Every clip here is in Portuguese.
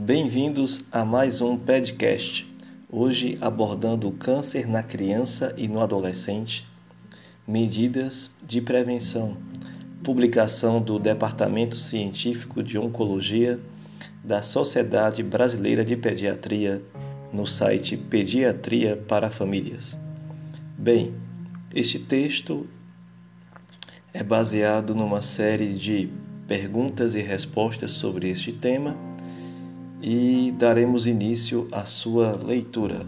Bem-vindos a mais um podcast. Hoje abordando o câncer na criança e no adolescente, medidas de prevenção, publicação do Departamento Científico de Oncologia da Sociedade Brasileira de Pediatria no site Pediatria para Famílias. Bem, este texto é baseado numa série de perguntas e respostas sobre este tema e daremos início à sua leitura.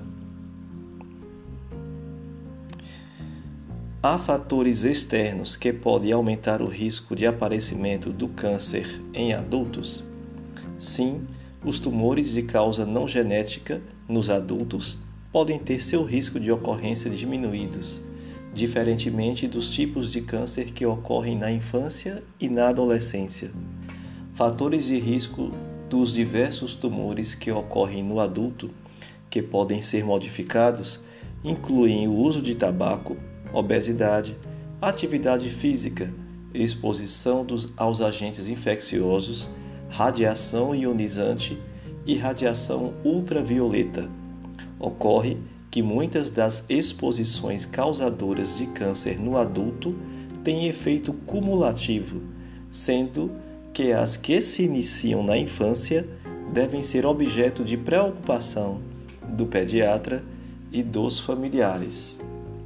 Há fatores externos que podem aumentar o risco de aparecimento do câncer em adultos? Sim, os tumores de causa não genética nos adultos podem ter seu risco de ocorrência diminuídos, diferentemente dos tipos de câncer que ocorrem na infância e na adolescência. Fatores de risco dos diversos tumores que ocorrem no adulto, que podem ser modificados, incluem o uso de tabaco, obesidade, atividade física, exposição aos agentes infecciosos, radiação ionizante e radiação ultravioleta. Ocorre que muitas das exposições causadoras de câncer no adulto têm efeito cumulativo, sendo que as que se iniciam na infância devem ser objeto de preocupação do pediatra e dos familiares.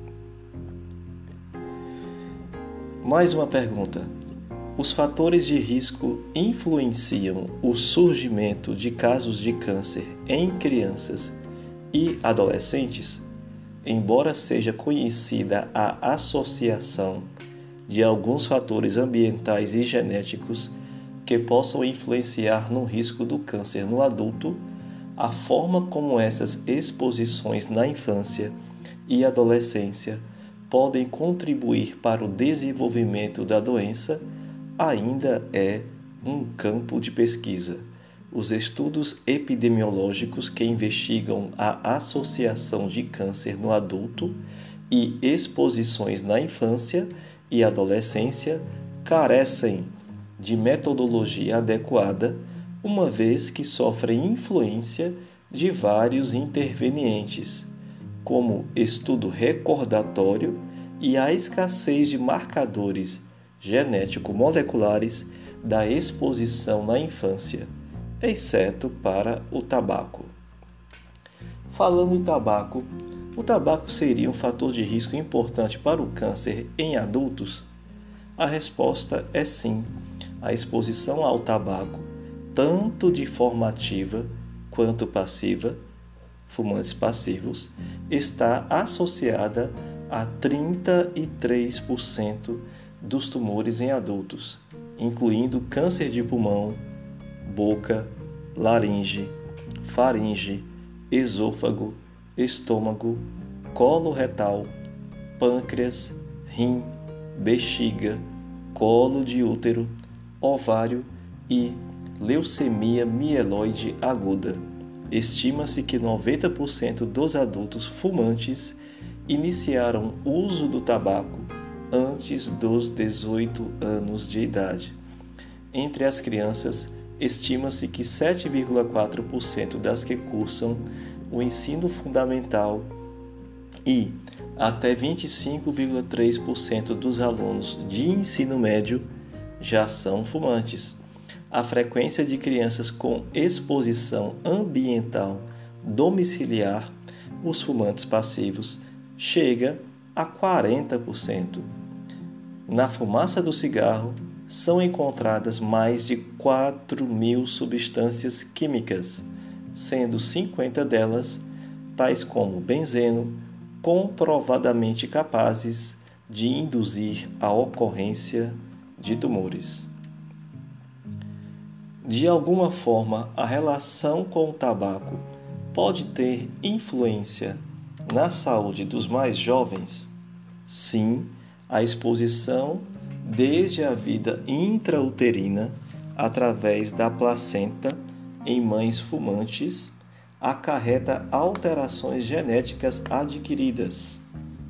Mais uma pergunta. Os fatores de risco influenciam o surgimento de casos de câncer em crianças e adolescentes? Embora seja conhecida a associação de alguns fatores ambientais e genéticos que possam influenciar no risco do câncer no adulto, a forma como essas exposições na infância e adolescência podem contribuir para o desenvolvimento da doença ainda é um campo de pesquisa. Os estudos epidemiológicos que investigam a associação de câncer no adulto e exposições na infância e adolescência carecem de metodologia adequada, uma vez que sofrem influência de vários intervenientes, como estudo recordatório e a escassez de marcadores genético-moleculares da exposição na infância, exceto para o tabaco. Falando em tabaco, o tabaco seria um fator de risco importante para o câncer em adultos? A resposta é sim. A exposição ao tabaco, tanto de forma ativa quanto passiva, fumantes passivos, está associada a 33% dos tumores em adultos, incluindo câncer de pulmão, boca, laringe, faringe, esôfago, estômago, colo retal, pâncreas, rim, bexiga, colo de útero, ovário e leucemia mieloide aguda. Estima-se que 90% dos adultos fumantes iniciaram o uso do tabaco antes dos 18 anos de idade. Entre as crianças, estima-se que 7,4% das que cursam o ensino fundamental e até 25,3% dos alunos de ensino médio já são fumantes. A frequência de crianças com exposição ambiental domiciliar, os fumantes passivos, chega a 40%. Na fumaça do cigarro, são encontradas mais de 4.000 substâncias químicas, sendo 50 delas, tais como benzeno, comprovadamente capazes de induzir a ocorrência de tumores. De alguma forma, a relação com o tabaco pode ter influência na saúde dos mais jovens? Sim, a exposição desde a vida intrauterina através da placenta em mães fumantes acarreta alterações genéticas adquiridas.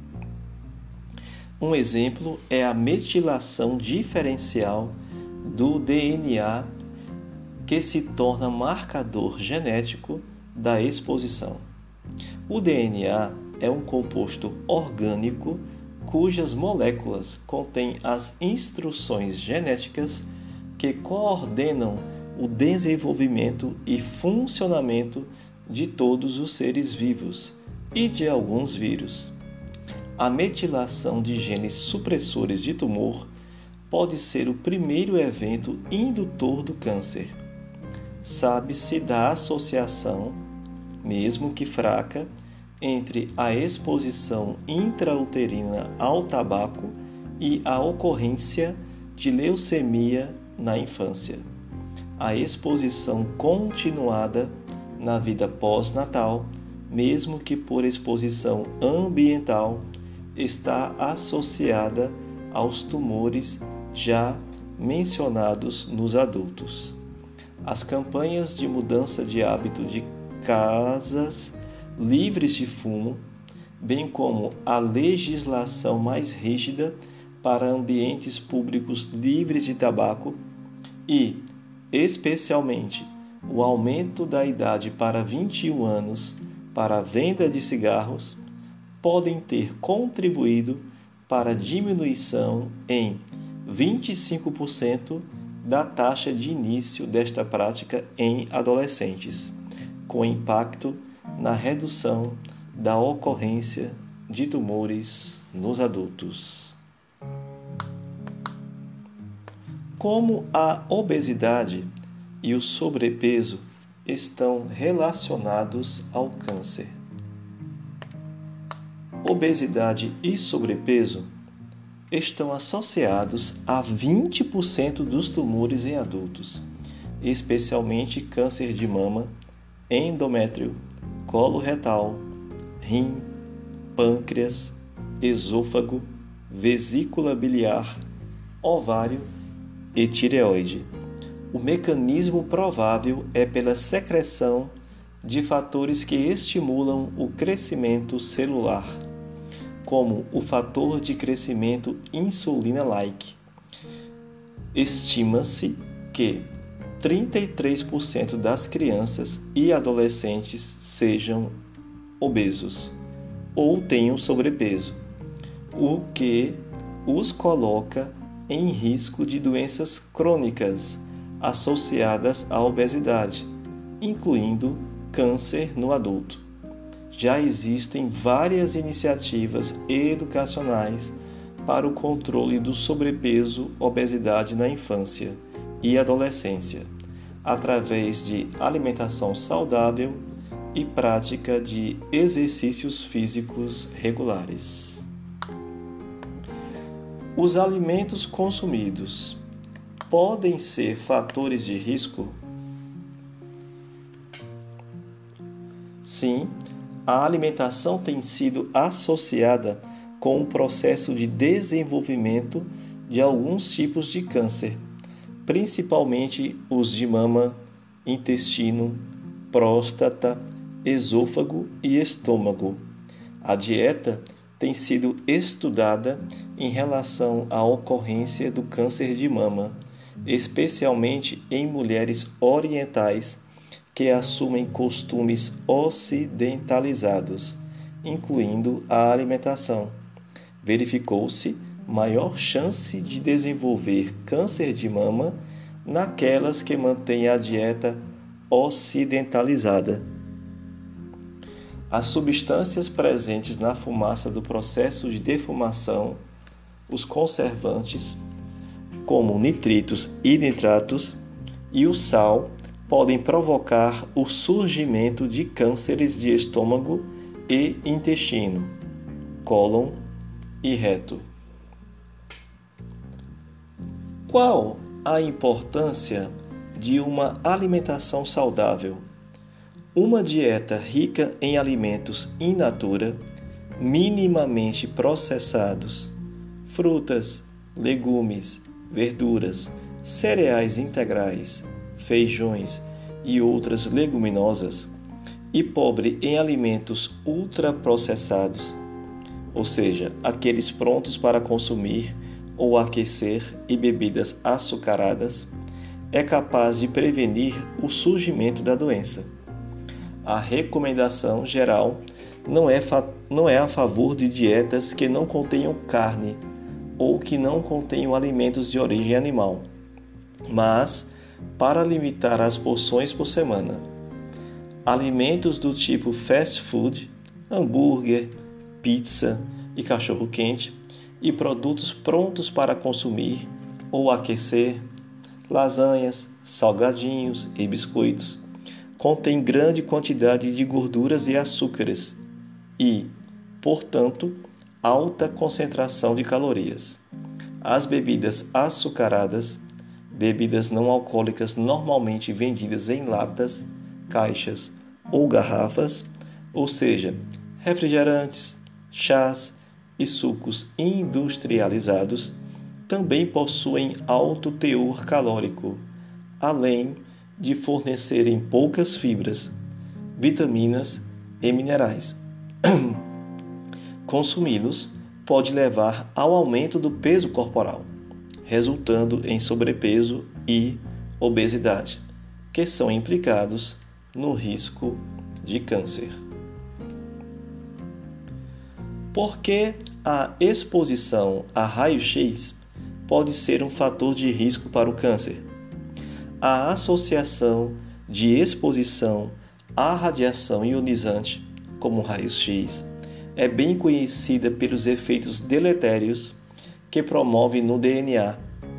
Um exemplo é a metilação diferencial do DNA que se torna marcador genético da exposição. O DNA é um composto orgânico cujas moléculas contêm as instruções genéticas que coordenam o desenvolvimento e funcionamento de todos os seres vivos e de alguns vírus. A metilação de genes supressores de tumor pode ser o primeiro evento indutor do câncer. Sabe-se da associação, mesmo que fraca, entre a exposição intrauterina ao tabaco e a ocorrência de leucemia na infância. A exposição continuada na vida pós-natal, mesmo que por exposição ambiental, está associada aos tumores já mencionados nos adultos. As campanhas de mudança de hábito de casas livres de fumo, bem como a legislação mais rígida para ambientes públicos livres de tabaco e, especialmente, o aumento da idade para 21 anos para a venda de cigarros, podem ter contribuído para a diminuição em 25% da taxa de início desta prática em adolescentes, com impacto na redução da ocorrência de tumores nos adultos. Como a obesidade e o sobrepeso estão relacionados ao câncer? Obesidade e sobrepeso estão associados a 20% dos tumores em adultos, especialmente câncer de mama, endométrio, colo retal, rim, pâncreas, esôfago, vesícula biliar, ovário e tireoide. O mecanismo provável é pela secreção de fatores que estimulam o crescimento celular, como o fator de crescimento insulina-like. Estima-se que 33% das crianças e adolescentes sejam obesos ou tenham sobrepeso, o que os coloca em risco de doenças crônicas associadas à obesidade, incluindo câncer no adulto. Já existem várias iniciativas educacionais para o controle do sobrepeso, obesidade na infância e adolescência, através de alimentação saudável e prática de exercícios físicos regulares. Os alimentos consumidos podem ser fatores de risco? Sim, a alimentação tem sido associada com o processo de desenvolvimento de alguns tipos de câncer, principalmente os de mama, intestino, próstata, esôfago e estômago. A dieta tem sido estudada em relação à ocorrência do câncer de mama, especialmente em mulheres orientais que assumem costumes ocidentalizados, incluindo a alimentação. Verificou-se maior chance de desenvolver câncer de mama naquelas que mantêm a dieta ocidentalizada. As substâncias presentes na fumaça do processo de defumação, os conservantes, como nitritos e nitratos, e o sal, podem provocar o surgimento de cânceres de estômago e intestino, cólon e reto. Qual a importância de uma alimentação saudável? Uma dieta rica em alimentos in natura, minimamente processados, frutas, legumes, verduras, cereais integrais, feijões e outras leguminosas, e pobre em alimentos ultraprocessados, ou seja, aqueles prontos para consumir ou aquecer, e bebidas açucaradas, é capaz de prevenir o surgimento da doença. A recomendação geral não é a favor de dietas que não contenham carne ou que não contenham alimentos de origem animal, mas para limitar as porções por semana. Alimentos do tipo fast food, hambúrguer, pizza e cachorro-quente e produtos prontos para consumir ou aquecer, lasanhas, salgadinhos e biscoitos, contêm grande quantidade de gorduras e açúcares e, portanto, alta concentração de calorias. As bebidas açucaradas, bebidas não alcoólicas normalmente vendidas em latas, caixas ou garrafas, ou seja, refrigerantes, chás e sucos industrializados, também possuem alto teor calórico, além de fornecerem poucas fibras, vitaminas e minerais. Consumi-los pode levar ao aumento do peso corporal, resultando em sobrepeso e obesidade, que são implicados no risco de câncer. Por que a exposição a raio-x pode ser um fator de risco para o câncer? A associação de exposição à radiação ionizante, como raios-x, é bem conhecida pelos efeitos deletérios que promove no DNA.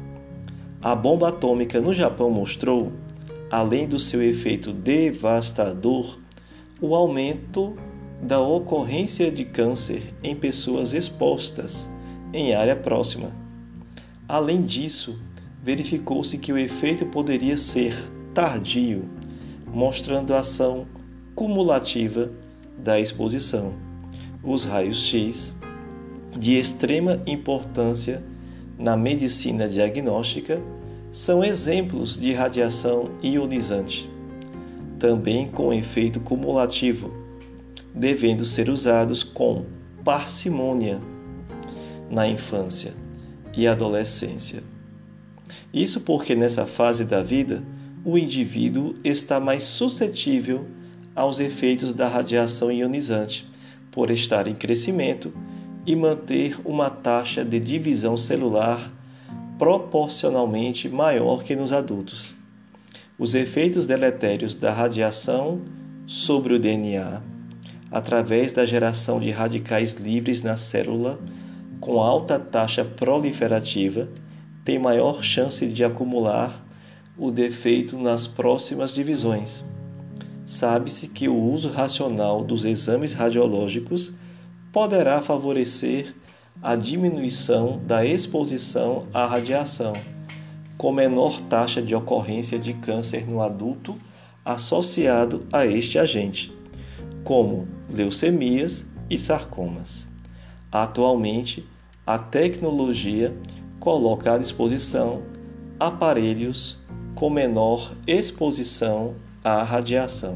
A bomba atômica no Japão mostrou, além do seu efeito devastador, o aumento da ocorrência de câncer em pessoas expostas em área próxima. Além disso, verificou-se que o efeito poderia ser tardio, mostrando a ação cumulativa da exposição. Os raios-x, de extrema importância na medicina diagnóstica, são exemplos de radiação ionizante, também com efeito cumulativo, devendo ser usados com parcimônia na infância e adolescência. Isso porque nessa fase da vida, o indivíduo está mais suscetível aos efeitos da radiação ionizante, por estar em crescimento e manter uma taxa de divisão celular proporcionalmente maior que nos adultos. Os efeitos deletérios da radiação sobre o DNA, através da geração de radicais livres na célula com alta taxa proliferativa, têm maior chance de acumular o defeito nas próximas divisões. Sabe-se que o uso racional dos exames radiológicos poderá favorecer a diminuição da exposição à radiação, com menor taxa de ocorrência de câncer no adulto associado a este agente, como leucemias e sarcomas. Atualmente, a tecnologia coloca à disposição aparelhos com menor exposição à radiação.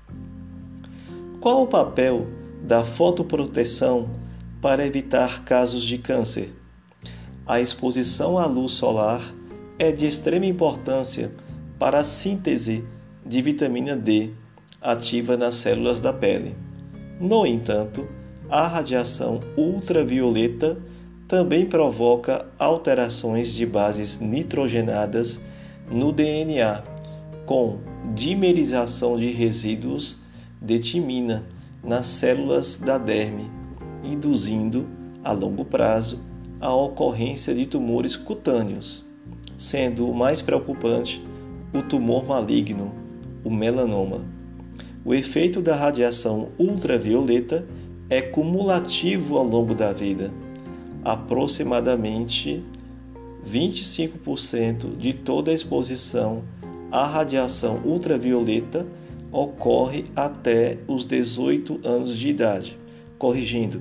Qual o papel da fotoproteção para evitar casos de câncer? A exposição à luz solar é de extrema importância para a síntese de vitamina D ativa nas células da pele. No entanto, a radiação ultravioleta também provoca alterações de bases nitrogenadas no DNA, com dimerização de resíduos de timina nas células da derme, induzindo, a longo prazo, a ocorrência de tumores cutâneos, sendo o mais preocupante o tumor maligno, o melanoma. O efeito da radiação ultravioleta é cumulativo ao longo da vida. Aproximadamente 25% de toda a exposição à radiação ultravioleta ocorre até os 18 anos de idade, corrigindo,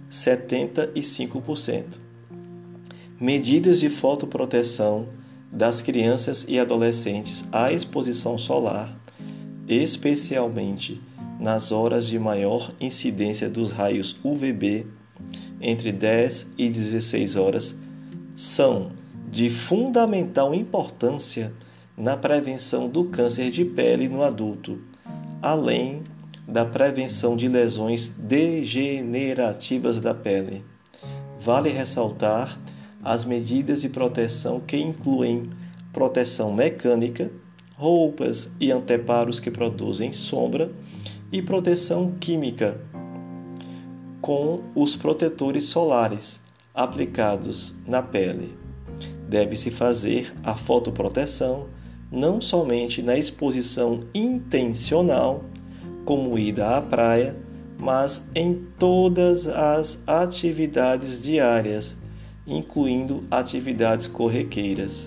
75%. Medidas de fotoproteção das crianças e adolescentes à exposição solar, especialmente nas horas de maior incidência dos raios UVB, entre 10 e 16 horas, são de fundamental importância na prevenção do câncer de pele no adulto, além da prevenção de lesões degenerativas da pele. Vale ressaltar as medidas de proteção que incluem proteção mecânica, roupas e anteparos que produzem sombra e proteção química com os protetores solares aplicados na pele. Deve-se fazer a fotoproteção não somente na exposição intencional, como ida à praia, mas em todas as atividades diárias, incluindo atividades corriqueiras,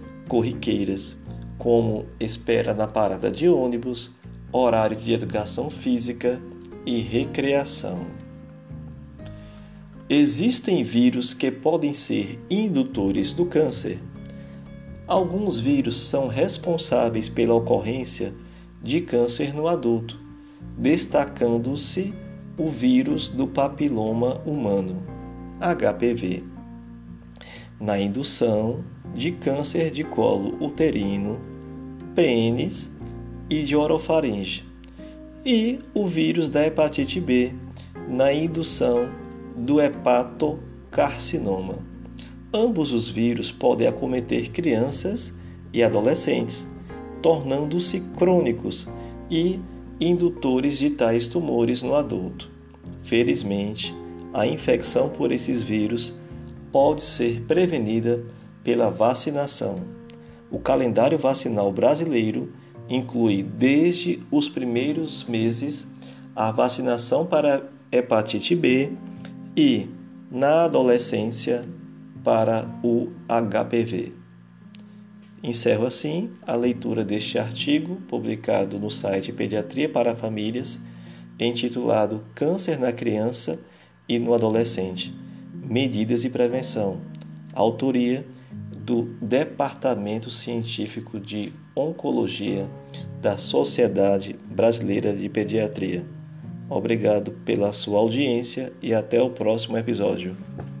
como espera na parada de ônibus, horário de educação física e recreação. Existem vírus que podem ser indutores do câncer. Alguns vírus são responsáveis pela ocorrência de câncer no adulto, destacando-se o vírus do papiloma humano, HPV, na indução de câncer de colo uterino, pênis e de orofaringe, e o vírus da hepatite B, na indução do hepatocarcinoma. Ambos os vírus podem acometer crianças e adolescentes, tornando-se crônicos e indutores de tais tumores no adulto. Felizmente, a infecção por esses vírus pode ser prevenida pela vacinação. O calendário vacinal brasileiro inclui desde os primeiros meses a vacinação para hepatite B e, na adolescência, para o HPV. Encerro assim a leitura deste artigo publicado no site Pediatria para Famílias, intitulado Câncer na Criança e no Adolescente, Medidas de Prevenção, autoria do Departamento Científico de Oncologia da Sociedade Brasileira de Pediatria. Obrigado pela sua audiência e até o próximo episódio.